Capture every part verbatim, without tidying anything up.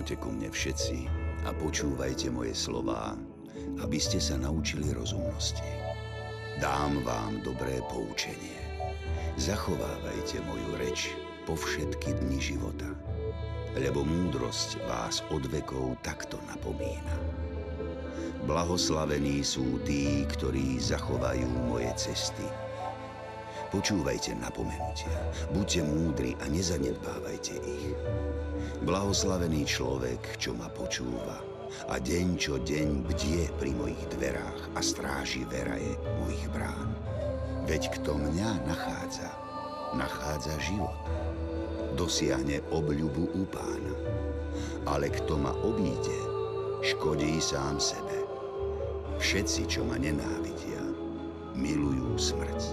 Poďte ku mne všetci a počúvajte moje slová, aby ste sa naučili rozumnosti. Dám vám dobré poučenie. Zachovávajte moju reč po všetky dni života, lebo múdrosť vás od vekov takto napomína. Blahoslavení sú tí, ktorí zachovajú moje cesty. Počúvajte napomenutia, buďte múdri a nezanedbávajte ich. Blahoslavený človek, čo ma počúva, a deň čo deň bdie pri mojich dverách a stráži veraje mojich brán. Veď kto mňa nachádza, nachádza život. Dosiahne obľubu u Pána. Ale kto ma obíde, škodí sám sebe. Všetci, čo ma nenávidia, milujú smrť.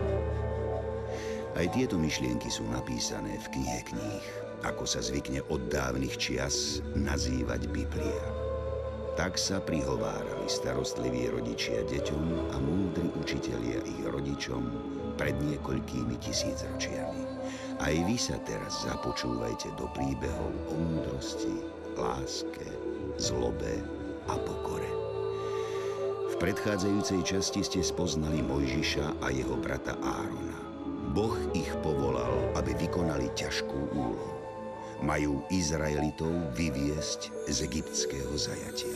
Aj tieto myšlienky sú napísané v knihe kníh, ako sa zvykne od dávnych čias nazývať Biblia. Tak sa prihovárali starostliví rodičia deťom a múdri učitelia ich rodičom pred niekoľkými tisícročiami. Aj vy sa teraz započúvajte do príbehov o múdrosti, láske, zlobe a pokore. V predchádzajúcej časti ste spoznali Mojžiša a jeho brata Árona. Boh ich povolal, aby vykonali ťažkú úlohu. Majú Izraelitov vyviesť z egyptského zajatia.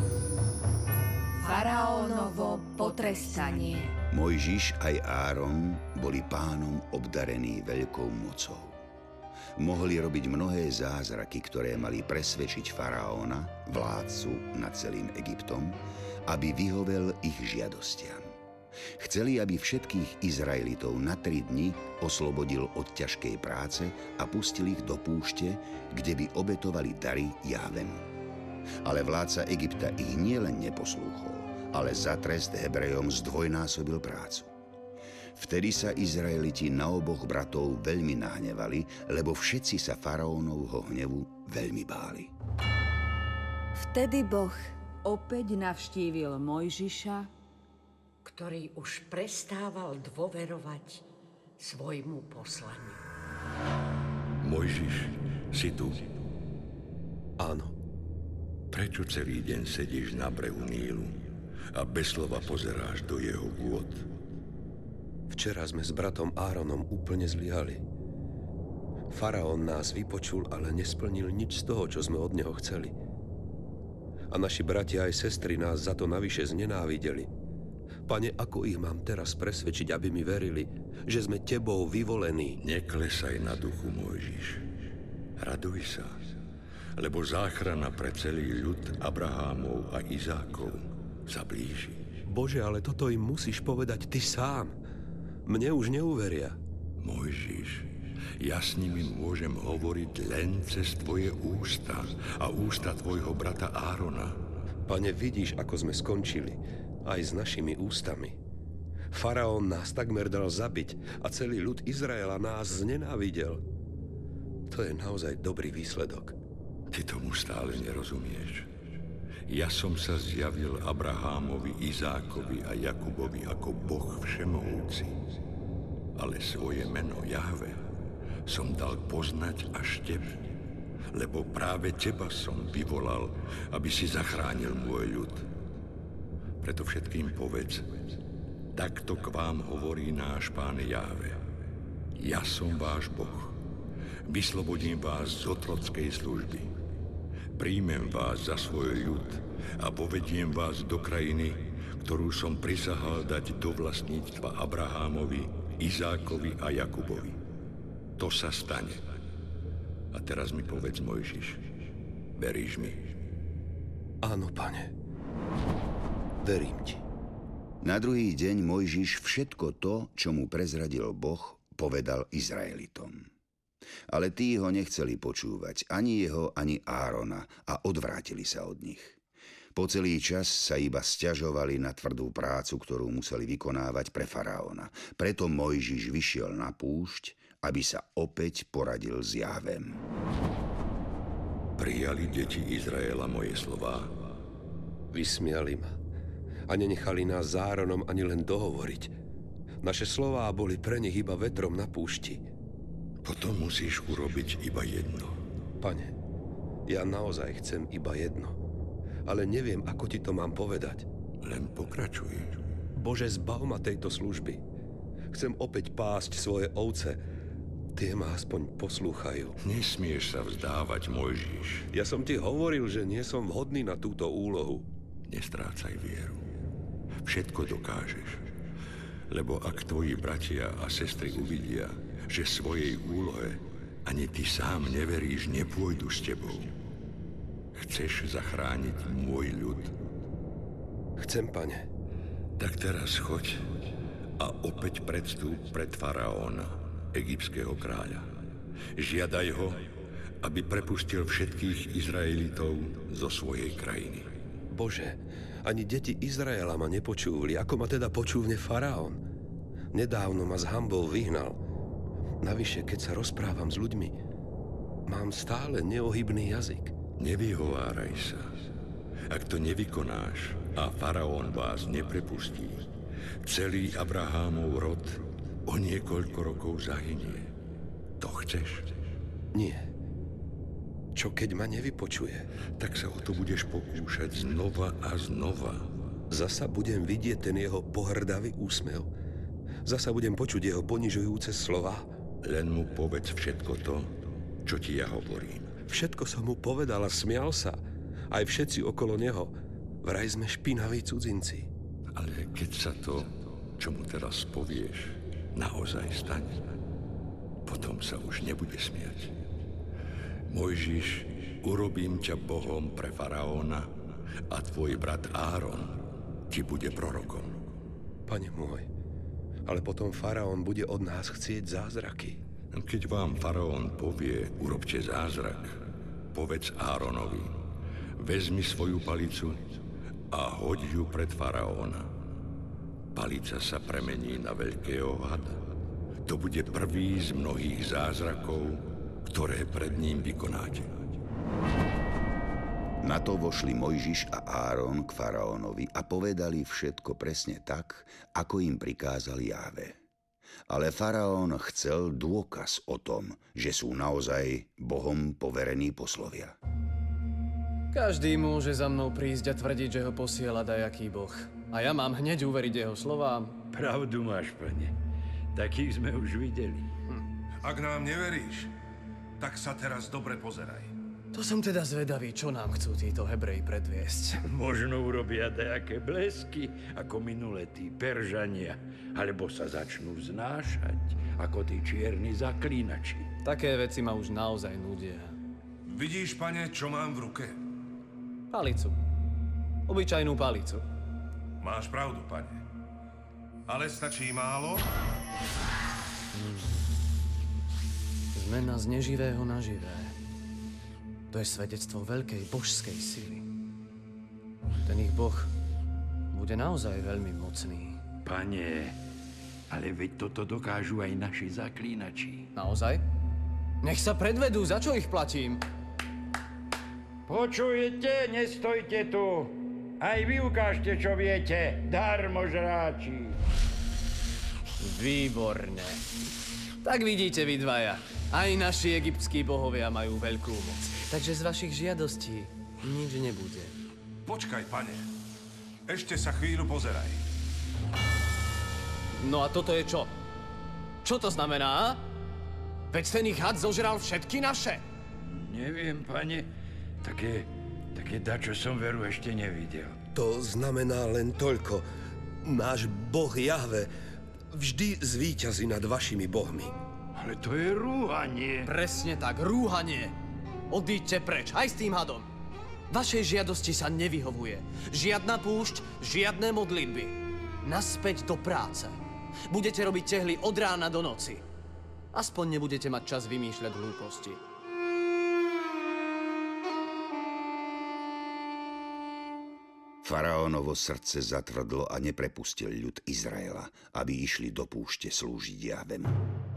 Faraónovo potrestanie. Mojžiš aj Áron boli Pánom obdarení veľkou mocou. Mohli robiť mnohé zázraky, ktoré mali presvedčiť faraóna, vládcu nad celým Egyptom, aby vyhovel ich žiadostiam. Chceli, aby všetkých Izraelitov na tri dni oslobodil od ťažkej práce a pustil ich do púšte, kde by obetovali dary Jahvemu. Ale vládca Egypta ich nielen neposlúchol, ale za trest Hebrejom zdvojnásobil prácu. Vtedy sa Izraeliti na oboch bratov veľmi nahnevali, lebo všetci sa faraónovho hnevu veľmi báli. Vtedy Boh opäť navštívil Mojžiša, ktorý už prestával dôverovať svojmu poslaniu. Mojžiš, si tu? Áno. Prečo celý deň sedíš na brehu Nílu a bez slova pozeráš do jeho vôd? Včera sme s bratom Áronom úplne zlyhali. Faraón nás vypočul, ale nesplnil nič z toho, čo sme od neho chceli. A naši bratia aj sestry nás za to navyše znenávideli. Pane, ako ich mám teraz presvedčiť, aby mi verili, že sme tebou vyvolení? Neklesaj na duchu, Mojžiš. Raduj sa, lebo záchrana pre celý ľud Abrahámov a Izákov sa blíži. Bože, ale toto im musíš povedať ty sám. Mne už neuveria. Mojžiš, ja s nimi môžem hovoriť len cez tvoje ústa a ústa tvojho brata Árona. Pane, vidíš, ako sme skončili. Aj s našimi ústami. Faraón nás takmer dal zabiť a celý ľud Izraela nás znenávidel. To je naozaj dobrý výsledok. Ty tomu stále nerozumieš. Ja som sa zjavil Abrahámovi, Izákovi a Jakubovi ako Boh všemohúci. Ale svoje meno Jahve som dal poznať až tebe, lebo práve teba som vyvolal, aby si zachránil môj ľud. Preto všetkým povedz, takto k vám hovorí náš Pán Jahve. Ja som váš Boh. Vyslobodím vás z otrockej služby. Príjmem vás za svoj ľud a povediem vás do krajiny, ktorú som prisahal dať do vlastníctva Abrahámovi, Izákovi a Jakubovi. To sa stane. A teraz mi povedz, Mojžiš, veríš mi? Áno, Pane. Verím ti. Na druhý deň Mojžiš všetko to, čo mu prezradil Boh, povedal Izraelitom. Ale tí ho nechceli počúvať, ani jeho, ani Árona, a odvrátili sa od nich. Po celý čas sa iba sťažovali na tvrdú prácu, ktorú museli vykonávať pre faraóna. Preto Mojžiš vyšiel na púšť, aby sa opäť poradil s Jahvem. Prijali deti Izraela moje slová? Vysmiali ma a nenechali nás s Áronom ani len dohovoriť. Naše slová boli pre nich iba vetrom na púšti. Potom musíš urobiť iba jedno. Pane, Ja naozaj chcem iba jedno. Ale neviem, ako ti to mám povedať. Len pokračuj. Bože, zbav ma tejto služby. Chcem opäť pásť svoje ovce. Tie ma aspoň poslúchajú. Nesmieš sa vzdávať, Mojžiš. Ja som ti hovoril, že nie som vhodný na túto úlohu. Nestrácaj vieru. Všetko dokážeš. Lebo ak tvoji bratia a sestry uvidia, že svojej úlohe ani ty sám neveríš, nepôjdu s tebou. Chceš zachrániť môj ľud? Chcem, pane. Tak teraz choď a opäť predstúp pred faraóna, egyptského kráľa. Žiadaj ho, aby prepustil všetkých Izraelitov zo svojej krajiny. Bože, ani deti Izraela ma nepočúvli. Ako ma teda počúvne faraón? Nedávno ma s hanbou vyhnal. Navyše, keď sa rozprávam s ľuďmi, mám stále neohybný jazyk. Nevyhováraj sa. Ak to nevykonáš a faraón vás neprepustí, celý Abrahámov rod o niekoľko rokov zahynie. To chceš? Nie. Čo keď ma nevypočuje? Tak sa o to budeš pokúšať znova a znova. Zasa budem vidieť ten jeho pohrdavý úsmev. Zasa budem počuť jeho ponižujúce slová. Len mu povedz všetko to, čo ti ja hovorím. Všetko som mu povedal a smial sa. Aj všetci okolo neho. Vraj sme špinaví cudzinci. Ale keď sa to, čo mu teraz povieš, naozaj stane, potom sa už nebude smiať. Mojžiš, urobím ťa Bohom pre faraóna a tvoj brat Áron ti bude prorokom. Pane môj, ale potom faraón bude od nás chcieť zázraky. Keď vám faraón povie, urobte zázrak, povedz Áronovi, vezmi svoju palicu a hoď ju pred faraóna. Palica sa premení na veľkého hada. To bude prvý z mnohých zázrakov, ktoré pred ním vykonáte. Na to vošli Mojžiš a Áron k faraónovi a povedali všetko presne tak, ako im prikázal Jahve. Ale faraón chcel dôkaz o tom, že sú naozaj Bohom poverení poslovia. Každý môže za mnou prísť a tvrdiť, že ho posiela dajaký boh. A ja mám hneď uveriť jeho slovám. Pravdu máš, pane. Takých sme už videli. Hm. Ak nám neveríš, tak sa teraz dobre pozeraj. To som teda zvedavý, čo nám chcú títo Hebreji predviesť. Možno urobia dajaké blesky, ako minulé tí Peržania, alebo sa začnú vznášať, ako tí čierni zaklínači. Také veci ma už naozaj nudia. Vidíš, pane, čo mám v ruke? Palicu. Obyčajnú palicu. Máš pravdu, pane. Ale stačí málo? Hmm. Zmena z neživého na živé. To je svedectvo veľkej božskej sily. Ten ich boh bude naozaj veľmi mocný. Pane, ale veď toto dokážu aj naši zaklínači. Naozaj? Nech sa predvedú, za čo ich platím? Počujete, nestojte tu. Aj vy ukážte, čo viete, darmožráči. Výborne. Tak vidíte vy dvaja. Aj naši egyptskí bohovia majú veľkú moc. Takže z vašich žiadostí nič nebude. Počkaj, pane. Ešte sa chvíľu pozeraj. No a toto je čo? Čo to znamená? Veď ten ich had zožral všetky naše. Neviem, pane. Také, také dačo som veru ešte nevidel. To znamená len toľko. Náš boh Jahve vždy zvíťazí nad vašimi bohmi. Ale to je rúhanie. Presne tak, rúhanie. Odíďte preč, aj s tým hadom. Vašej žiadosti sa nevyhovuje. Žiadna púšť, žiadne modlitby. Naspäť do práce. Budete robiť tehly od rána do noci. Aspoň nebudete mať čas vymýšľať hlúposti. Faraónovo srdce zatvrdlo a neprepustil ľud Izraela, aby išli do púšte slúžiť Jahvemu.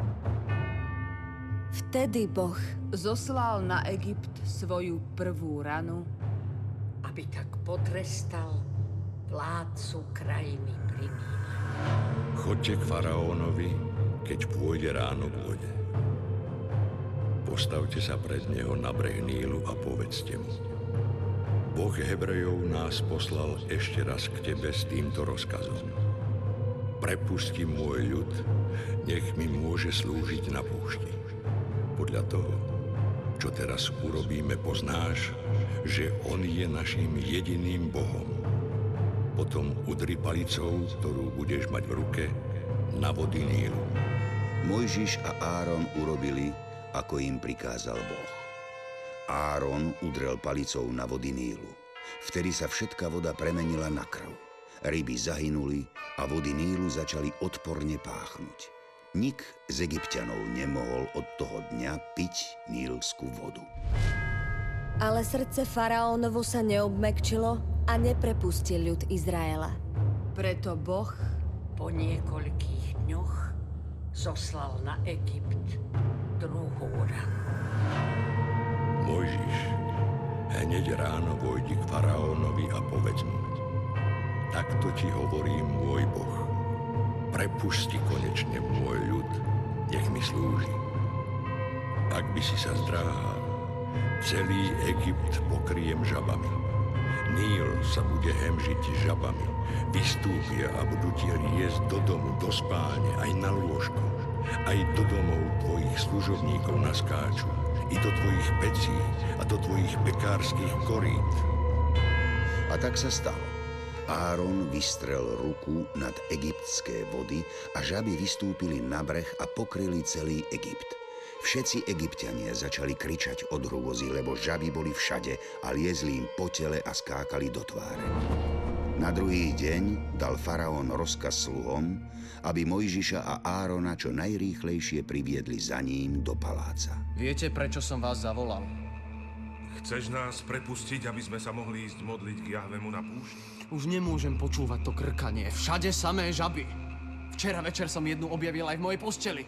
Vtedy Boh zoslal na Egypt svoju prvú ranu, aby tak potrestal vládcu krajiny pri Níle. Choďte k faraónovi, keď pôjde ráno k vode. postavte sa pred neho na breh Nílu a povedzte mu. Boh Hebrejov nás poslal ešte raz k tebe s týmto rozkazom. Prepusti môj ľud, nech mi môže slúžiť na púšti. Podľa toho, čo teraz urobíme, poznáš, že on je naším jediným Bohom. Potom udri palicou, ktorú budeš mať v ruke, na vody Nílu. Mojžiš a Áron urobili, ako im prikázal Boh. Áron udrel palicou na vody Nílu. Vtedy sa všetká voda premenila na krv. Ryby zahynuli a vody Nílu začali odporne páchnuť. Nik z Egypťanov nemohol od toho dňa piť nílskú vodu. Ale srdce faraónovo sa neobmekčilo a neprepustil ľud Izraela. Preto Boh po niekoľkých dňoch zoslal na Egypt druhú ranu. Mojžiš, hneď ráno vojdi k faraónovi a povedz mu: takto ti hovorí môj Boh. Prepusti konečne môj ľud, nech mi slúži. Ak by si sa zdráhal, celý Egypt pokryjem žabami. Níl sa bude hemžiť žabami. Vystúpia a budú ti riesť do domu, do spálne, aj na lôžko. Aj do domov tvojich služobníkov naskáču, i do tvojich pecí a do tvojich pekárskych korít. A tak sa stalo. Áron vystrel ruku nad egyptské vody a žaby vystúpili na breh a pokryli celý Egypt. Všetci Egypťania začali kričať od hrôzy, lebo žaby boli všade a liezli im po tele a skákali do tváre. Na druhý deň dal faraón rozkaz sluhom, aby Mojžiša a Árona čo najrýchlejšie priviedli za ním do paláca. Viete, prečo som vás zavolal? Chceš nás prepustiť, aby sme sa mohli ísť modliť k Jahvemu na púšť? Už nemôžem počúvať to krkanie. Všade samé žaby. Včera večer som jednu objavil aj v mojej posteli.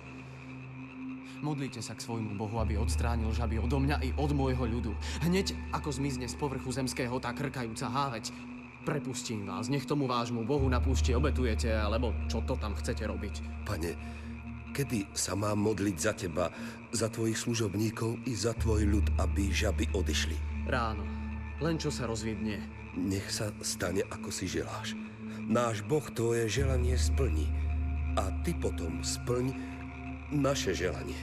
Modlite sa k svojmu Bohu, aby odstránil žaby odo mňa i od môjho ľudu. Hneď ako zmizne z povrchu zemského tá krkajúca háveť, prepustím vás. Nech tomu vášmu Bohu na púšti obetujete, alebo čo to tam chcete robiť. Pane, kedy sa mám modliť za teba, za tvojich služobníkov i za tvoj ľud, aby žaby odišli? Ráno. Len čo sa rozviedne. Nech sa stane, ako si želáš. Náš Boh tvoje želanie splní. A ty potom splň naše želanie.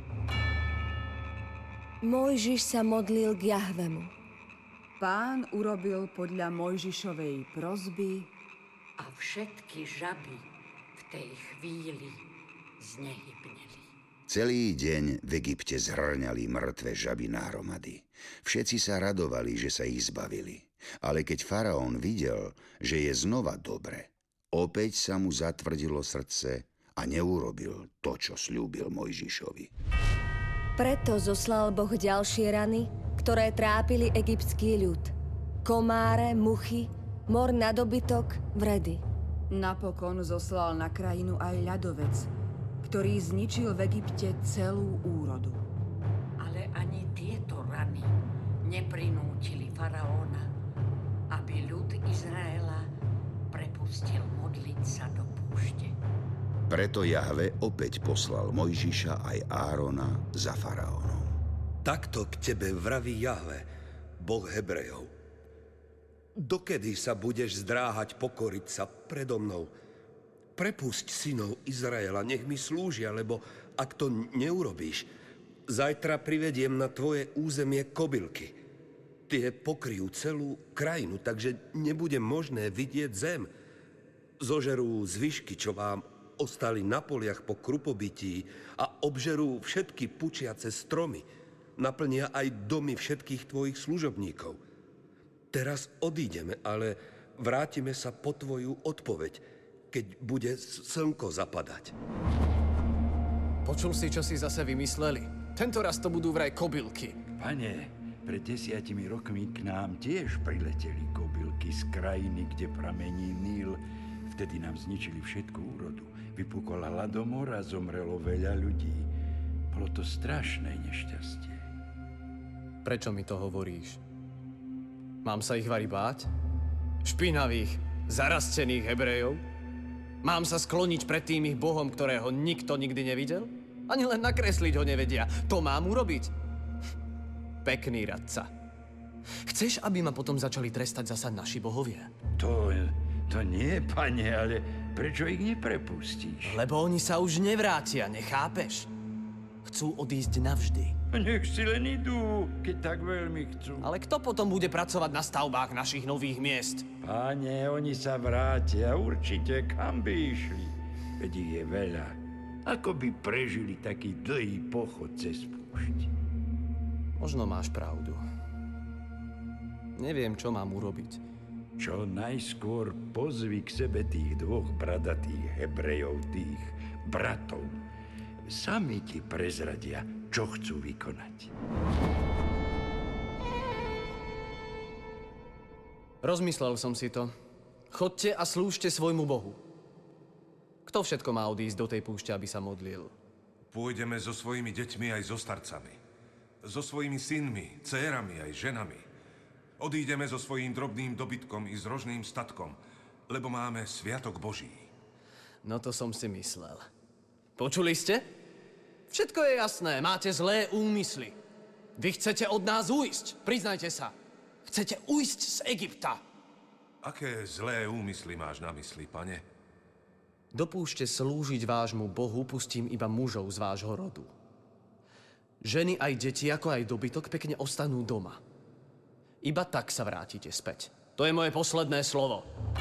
Mojžiš sa modlil k Jahvemu. Pán urobil podľa Mojžišovej prosby a všetky žaby v tej chvíli znehybneli. Celý deň v Egypte zhrňali mŕtve žaby náhromady. Všetci sa radovali, že sa ich zbavili. Ale keď faraón videl, že je znova dobre, opäť sa mu zatvrdilo srdce a neurobil to, čo sľúbil Mojžišovi. Preto zoslal Boh ďalšie rany, ktoré trápili egyptský ľud. Komáre, muchy, mor na dobytok, vredy. Napokon zoslal na krajinu aj ľadovec, ktorý zničil v Egypte celú úrodu. Ale ani tieto rany neprinútili faraóna, aby ľud Izraela prepustil modliť sa do púšte. Preto Jahve opäť poslal Mojžiša aj Árona za faraónom. Takto k tebe vraví Jahve, Boh Hebrejov. Dokedy sa budeš zdráhať pokoriť sa predo mnou? Prepusť synov Izraela, nech mi slúžia, lebo ak to neurobíš, zajtra privediem na tvoje územie kobylky. Tie pokryjú celú krajinu, takže nebude možné vidieť zem. Zožerú zvyšky, čo vám ostali na poliach po krupobytí a obžerú všetky pučiace stromy. Naplnia aj domy všetkých tvojich služobníkov. Teraz odídeme, ale vrátime sa po tvoju odpoveď, keď bude slnko zapadať. Počul si, čo si zase vymysleli. Tento raz to budú vraj kobylky. Pane, pred desiatimi rokmi k nám tiež prileteli kobylky z krajiny, kde pramení Níl. Vtedy nám zničili všetku úrodu. Vypukol hladomor a zomrelo veľa ľudí. Bolo to strašné nešťastie. Prečo mi to hovoríš? Mám sa ich vari báť? Špinavých, zarastených Hebrejov? Mám sa skloniť pred tým ich Bohom, ktorého nikto nikdy nevidel? Ani len nakresliť ho nevedia. To mám urobiť. Pekný radca. Chceš, aby ma potom začali trestať zasa naši bohovia? To, to nie, pane, ale prečo ich neprepustíš? Lebo oni sa už nevrátia, nechápeš? Chcú odísť navždy. Nech si len idú, keď tak veľmi chcú. Ale kto potom bude pracovať na stavbách našich nových miest? Páne, oni sa vrátia určite, kam by išli. Veď ich je veľa. Ako by prežili taký dlhý pochod cez púšť? Možno máš pravdu. Neviem, čo mám urobiť. Čo najskôr pozvi k sebe tých dvoch bradatých Hebrejov, tých bratov. Sami ti prezradia, čo chcú vykonať. Rozmyslel som si to. Chodte a slúžte svojmu Bohu. Kto všetko má odísť do tej púšte, aby sa modlil? Pôjdeme so svojimi deťmi aj so starcami. So svojimi synmi, dcérami aj ženami. Odídeme so svojím drobným dobytkom i s rožným statkom, lebo máme sviatok Boží. No to som si myslel. Počuli ste? Všetko je jasné, máte zlé úmysly. Vy chcete od nás ujsť, priznajte sa. Chcete ujsť z Egypta. Aké zlé úmysly máš na mysli, pane? Do púšte slúžiť vášmu Bohu pustím iba mužov z vášho rodu. Ženy aj deti, ako aj dobytok, pekne ostanú doma. Iba tak sa vrátite späť. To je moje posledné slovo.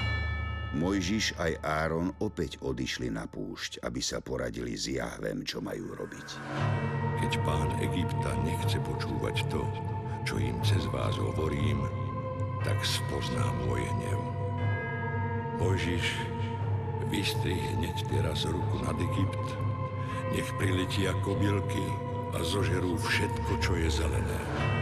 Mojžiš aj Áron opäť odišli na púšť, aby sa poradili s Jahvem, čo majú robiť. Keď pán Egypta nechce počúvať to, čo im cez vás hovorím, tak spozná môj hnev. Mojžiš, vystrih hneď teraz ruku nad Egypt, nech priletia kobylky a zožerú všetko, čo je zelené.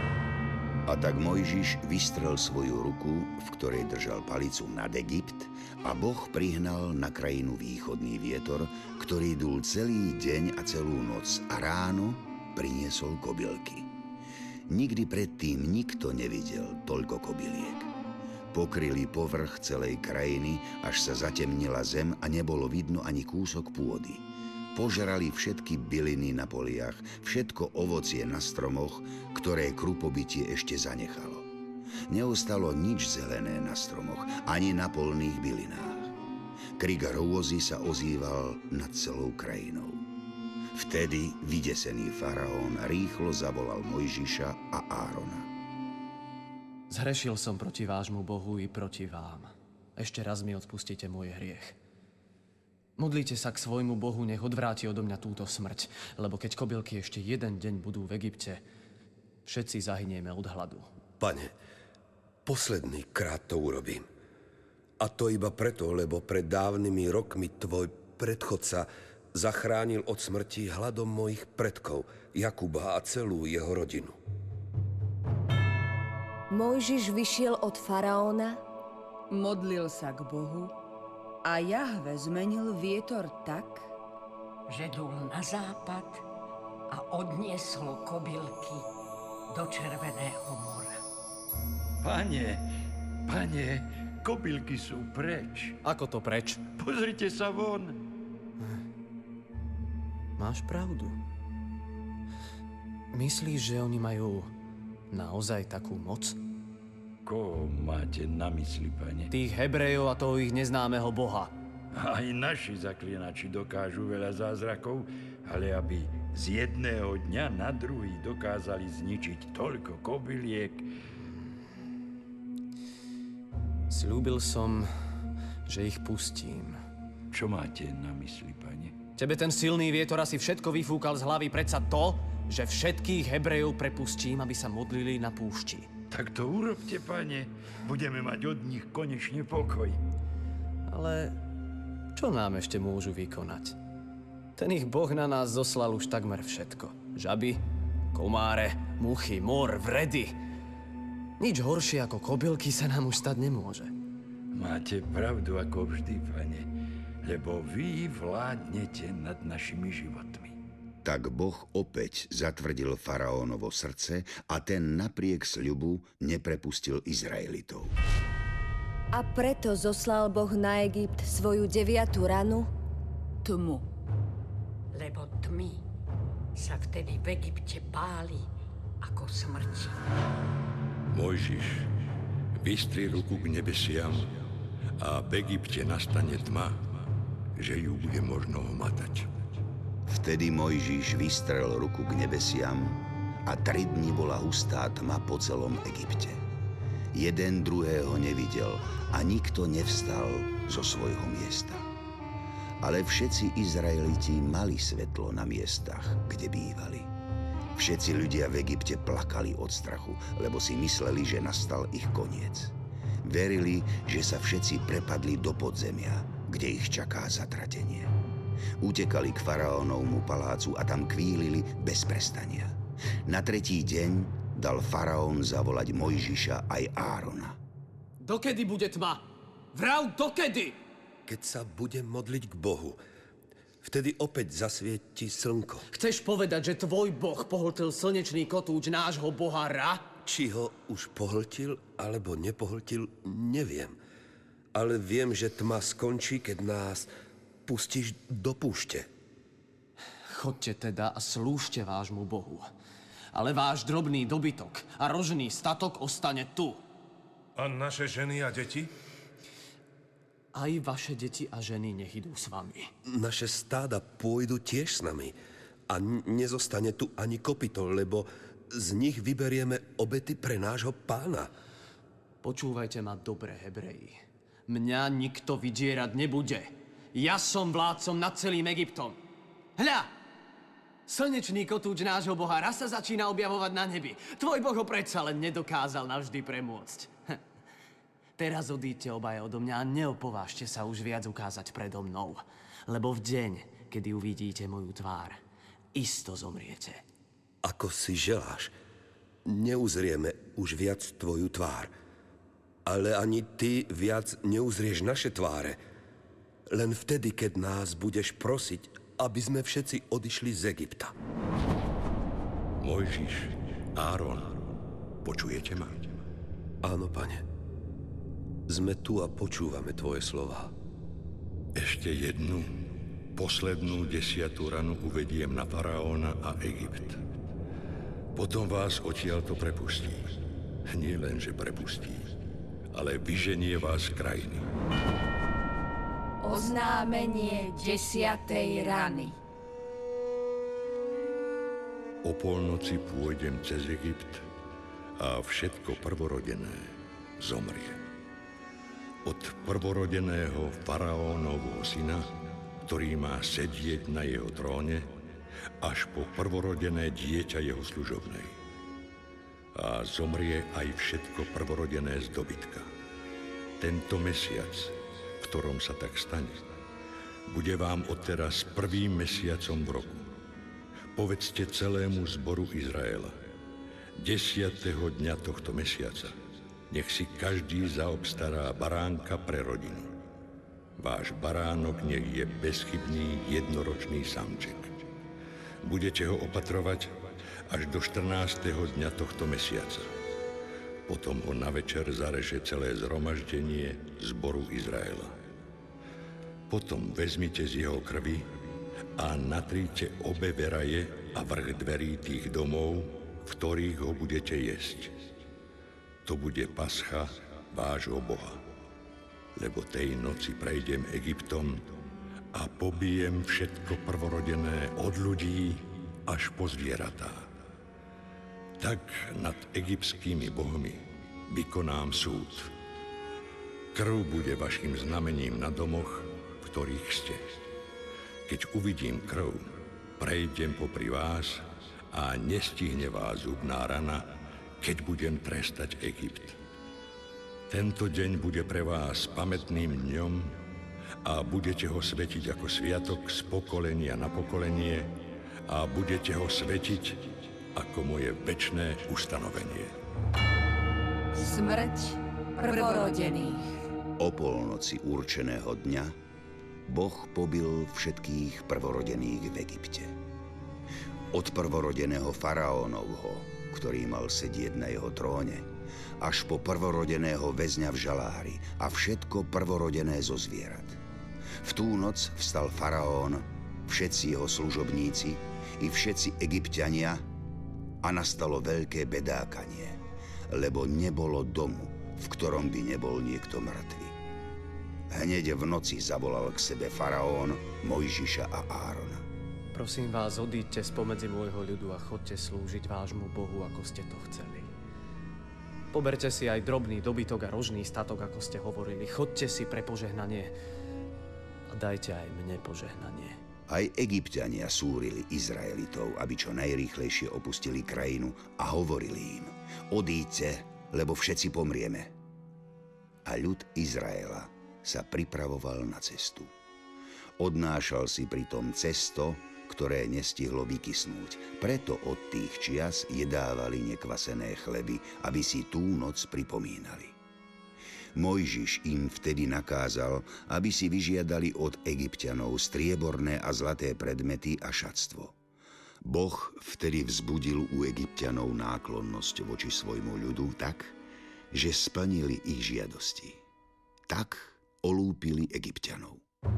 A tak Mojžiš vystrel svoju ruku, v ktorej držal palicu nad Egypt, a Boh prihnal na krajinu východný vietor, ktorý dul celý deň a celú noc a ráno priniesol kobylky. Nikdy predtým nikto nevidel toľko kobyliek. Pokryli povrch celej krajiny, až sa zatemnila zem a nebolo vidno ani kúsok pôdy. Požrali všetky byliny na poliach, všetko ovocie na stromoch, ktoré krupobytie ešte zanechalo. Neostalo nič zelené na stromoch, ani na polných bylinách. Krik hrôzy sa ozýval nad celou krajinou. Vtedy vydesený faraón rýchlo zavolal Mojžiša a Árona. Zhrešil som proti vášmu Bohu i proti vám. Ešte raz mi odpustite môj hriech. Modlite sa k svojmu Bohu, nech odvráti odo mňa túto smrť, lebo keď kobylky ešte jeden deň budú v Egypte, všetci zahynieme od hladu. Pane, posledný krát to urobím. A to iba preto, lebo pred dávnymi rokmi tvoj predchodca zachránil od smrti hladom mojich predkov, Jakuba a celú jeho rodinu. Mojžiš vyšiel od faraóna, modlil sa k Bohu a Jahve zmenil vietor tak, že dul na západ a odniesol kobylky do Červeného mora. Pane, pane, kobylky sú preč. Ako to preč? Pozrite sa von. Máš pravdu. Myslíš, že oni majú naozaj takú moc? Koho máte na mysli, pane? Tých Hebrejov a toho ich neznámeho boha. Aj naši zaklinači dokážu veľa zázrakov, ale aby z jedného dňa na druhý dokázali zničiť toľko kobyliek. Sľúbil som, že ich pustím. Čo máte na mysli, pane? Tebe ten silný vietor asi všetko vyfúkal z hlavy, predsa to, že všetkých Hebrejov prepustím, aby sa modlili na púšti. Tak to urobte, pane. Budeme mať od nich konečne pokoj. Ale čo nám ešte môžu vykonať? Ten ich boh na nás zoslal už takmer všetko. Žaby, komáre, muchy, mor, vredy. Nič horšie ako kobylky sa nám už stať nemôže. Máte pravdu ako vždy, pane. Lebo vy vládnete nad našimi životmi. Tak Boh opäť zatvrdil faraónovo srdce a ten napriek sľubu neprepustil Izraelitov. A preto zoslal Boh na Egypt svoju deviatu ranu, tmu. Lebo tmy sa vtedy v Egypte páli ako smrť. Mojžiš, vystri ruku k nebesiam a v Egypte nastane tma, že ju bude možno hmatať. Vtedy Mojžiš vystrel ruku k nebesiam a tri dni bola hustá tma po celom Egypte. Jeden druhého nevidel a nikto nevstal zo svojho miesta. Ale všetci Izraeliti mali svetlo na miestach, kde bývali. Všetci ľudia v Egypte plakali od strachu, lebo si mysleli, že nastal ich koniec. Verili, že sa všetci prepadli do podzemia, kde ich čaká zatratenie. Utekali k faraónovmu palácu a tam kvílili bez prestania. Na tretí deň dal faraón zavolať Mojžiša aj Árona. Dokedy bude tma? Vrav, dokedy? Keď sa budem modliť k Bohu, vtedy opäť zasvieti slnko. Chceš povedať, že tvoj boh pohltil slnečný kotúč nášho boha Ra? Či ho už pohltil, alebo nepohltil, neviem. Ale viem, že tma skončí, keď nás pustíš do púšte. Chodte teda a slúžte vášmu bohu. Ale váš drobný dobytok a rožný statok ostane tu. A naše ženy a deti? Aj vaše deti a ženy nech idú s vami. Naše stáda pôjdu tiež s nami. A n- nezostane tu ani kopyto, lebo z nich vyberieme obety pre nášho pána. Počúvajte ma dobre, Hebreji. Mňa nikto vydierať nebude. Ja som vládcom nad celým Egyptom. Hľa! Slnečný kotúč nášho boha Ra sa začína objavovať na nebi. Tvoj boh ho predsa len nedokázal navždy premôcť. Teraz odíďte obaja odo mňa a neopovážte sa už viac ukázať predo mnou. Lebo v deň, kedy uvidíte moju tvár, isto zomriete. Ako si želáš, neuzrieme už viac tvoju tvár. Ale ani ty viac neuzrieš naše tváre. Len vtedy, keď nás budeš prosiť, aby sme všetci odišli z Egypta. Mojžiš, Áron, počujete ma? Áno, pane. Sme tu a počúvame tvoje slová. Ešte jednu, poslednú desiatú ranu uvediem na faraóna a Egypt. Potom vás odtiaľto prepustí. Nie len, že prepustí, ale vyženie vás z krajiny. Oznámenie desiatej rany. O polnoci pôjdem cez Egypt a všetko prvorodené zomrie. Od prvorodeného faraónovho syna, ktorý má sedieť na jeho tróne, až po prvorodené dieťa jeho služobnej. A zomrie aj všetko prvorodené z dobytka. Tento mesiac, v ktorom sa tak stane, bude vám odteraz prvým mesiacom v roku. Povedzte celému zboru Izraela, desiatého dňa tohto mesiaca, nech si každý zaobstará baránka pre rodinu. Váš baránok nech je bezchybný jednoročný samček. Budete ho opatrovať až do štrnásteho dňa tohto mesiaca. Potom ho na večer zareže celé zhromaždenie zboru Izraela. Potom vezmite z jeho krvi a natríte obe veraje a vrch dverí tých domov, v ktorých ho budete jesť. To bude pascha vášho Boha. Lebo tej noci prejdem Egyptom a pobijem všetko prvorodené od ľudí až po zvieratá. Tak nad egyptskými bohmi vykonám súd. Krv bude vašim znamením na domoch, v ktorých ste. Keď uvidím krv, prejdem popri vás a nestihne vás zubná rana, keď budem trestať Egypt. Tento deň bude pre vás pamätným dňom a budete ho svetiť ako sviatok z pokolenia na pokolenie a budete ho svetiť ako moje večné ustanovenie. Smrť prvorodených. O polnoci určeného dňa Boh pobil všetkých prvorodených v Egypte. Od prvorodeného faraónovho, ktorý mal sedieť na jeho tróne, až po prvorodeného väzňa v žalári a všetko prvorodené zo zvierat. V tú noc vstal faraón, všetci jeho služobníci i všetci Egypťania a nastalo veľké bedákanie, lebo nebolo domu, v ktorom by nebol niekto mŕtvy. Hneď v noci zavolal k sebe faraón, Mojžiša a Árona. Prosím vás, odíďte spomedzi môjho ľudu a chodte slúžiť vášmu Bohu, ako ste to chceli. Poberte si aj drobný dobytok a rožný statok, ako ste hovorili. Chodte si pre požehnanie a dajte aj mne požehnanie. Aj Egypťania súrili Izraelitov, aby čo najrýchlejšie opustili krajinu a hovorili im: odíďte, lebo všetci pomrieme. A ľud Izraela sa pripravoval na cestu. Odnášal si pritom cesto, ktoré nestihlo vykysnúť. Preto od tých čias jedávali nekvasené chleby, aby si tú noc pripomínali. Mojžiš im vtedy nakázal, aby si vyžiadali od Egypťanov strieborné a zlaté predmety a šatstvo. Boh vtedy vzbudil u Egypťanov náklonnosť voči svojmu ľudu tak, že splnili ich žiadosti. Tak olúpili Egypťanov.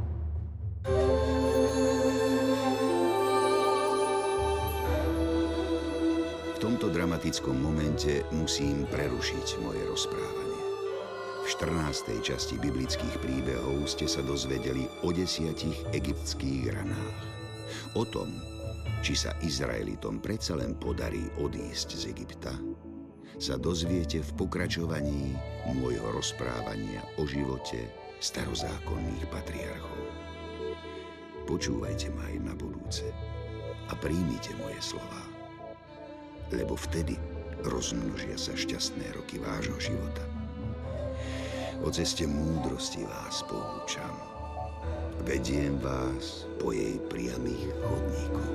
V tomto dramatickom momente musím prerušiť moje rozprávanie. V štrnástej časti biblických príbehov ste sa dozvedeli o desiatich egyptských ranách. O tom, či sa Izraelitom predsa len podarí odísť z Egypta, sa dozviete v pokračovaní môjho rozprávania o živote starozákonných patriarchov. Počúvajte ma aj na budúce a príjmite moje slová, lebo vtedy rozmnožia sa šťastné roky vášho života. O ceste múdrosti vás poučam. Vediem vás po jej priamých chodníkoch.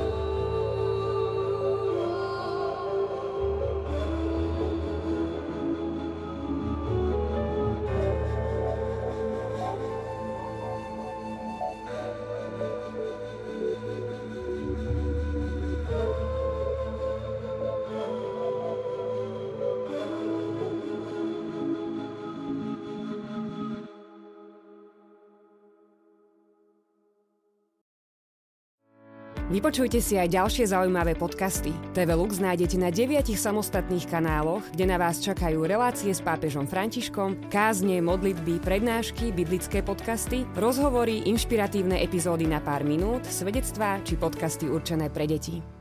Vypočujte si aj ďalšie zaujímavé podcasty. té vé Lux nájdete na deviatich samostatných kanáloch, kde na vás čakajú relácie s pápežom Františkom, kázne, modlitby, prednášky, biblické podcasty, rozhovory, inšpiratívne epizódy na pár minút, svedectvá či podcasty určené pre deti.